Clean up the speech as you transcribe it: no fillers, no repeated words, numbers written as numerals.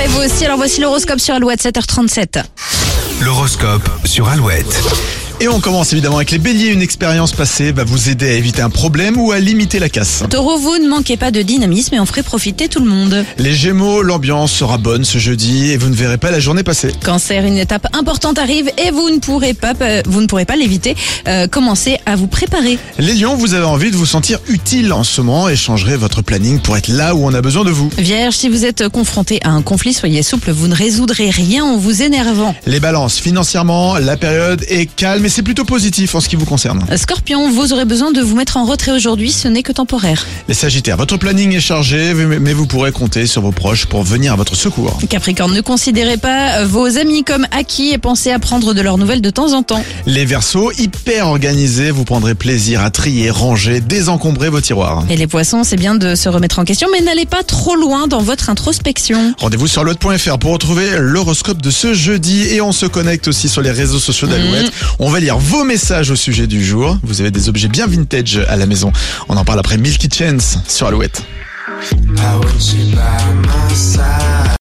préparez vous aussi. Alors voici l'horoscope sur Alouette, 7h37. L'horoscope sur Alouette. Et on commence évidemment avec les béliers. Une expérience passée va vous aider à éviter un problème ou à limiter la casse. Taureau, vous ne manquez pas de dynamisme et en ferez profiter tout le monde. Les gémeaux, l'ambiance sera bonne ce jeudi et vous ne verrez pas la journée passer. Cancer, une étape importante arrive et vous ne pourrez pas l'éviter. Commencez à vous préparer. Les lions, vous avez envie de vous sentir utile en ce moment et changerez votre planning pour être là où on a besoin de vous. Vierge, si vous êtes confronté à un conflit, soyez souple, vous ne résoudrez rien en vous énervant. Les balances, financièrement, la période est calme et c'est plutôt positif en ce qui vous concerne. Scorpion, vous aurez besoin de vous mettre en retrait aujourd'hui, ce n'est que temporaire. Les sagittaires, votre planning est chargé mais vous pourrez compter sur vos proches pour venir à votre secours. Capricorne, ne considérez pas vos amis comme acquis et pensez à prendre de leurs nouvelles de temps en temps. Les verseaux, hyper organisés, vous prendrez plaisir à trier, ranger, désencombrer vos tiroirs. Et les poissons, c'est bien de se remettre en question, mais n'allez pas trop loin dans votre introspection. Rendez-vous sur alouette.fr pour retrouver l'horoscope de ce jeudi et on se connecte aussi sur les réseaux sociaux d'Alouette. On va lire vos messages au sujet du jour. Vous avez des objets bien vintage à la maison. On en parle après Milky Chance sur Alouette.